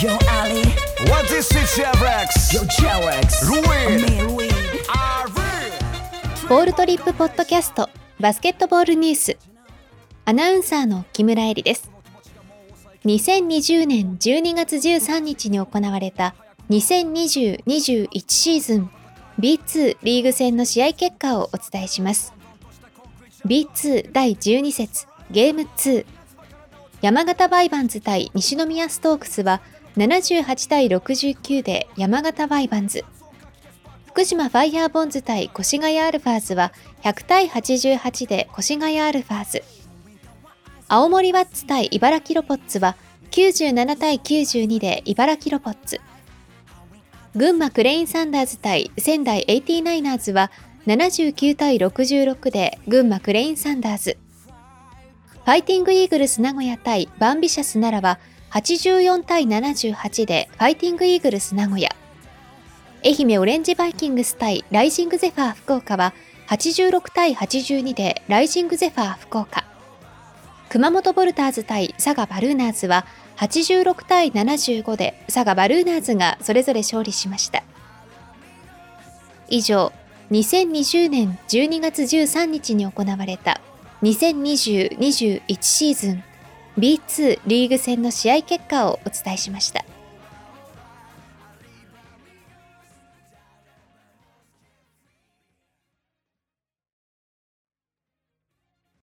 Yo Ali, What is it, J-Rex? Yo J-Rex, Louis. ボールトリップポッドキャストバスケットボールニュース、アナウンサーの木村恵里です。2020年12月13日に行われた2020-21シーズン B2 リーグ戦の試合結果をお伝えします。 B2 第12節ゲーム2、山形バイバンズ対西宮ストークスは78対69で山形バイバンズ、福島ファイヤーボンズ対越谷アルファーズは100対88で越谷アルファーズ、青森ワッツ対茨城ロボッツは97対92で茨城ロボッツ、群馬クレインサンダーズ対仙台エイティナイナーズは79対66で群馬クレインサンダーズ、ファイティングイーグルス名古屋対バンビシャス奈良は84対78でファイティングイーグルス名古屋、愛媛オレンジバイキングス対ライジングゼファー福岡は86対82でライジングゼファー福岡、熊本ボルターズ対佐賀バルーナーズは86対75で佐賀バルーナーズがそれぞれ勝利しました。以上、2020年12月13日に行われた2020-21シーズン B2 リーグ戦の試合結果をお伝えしました。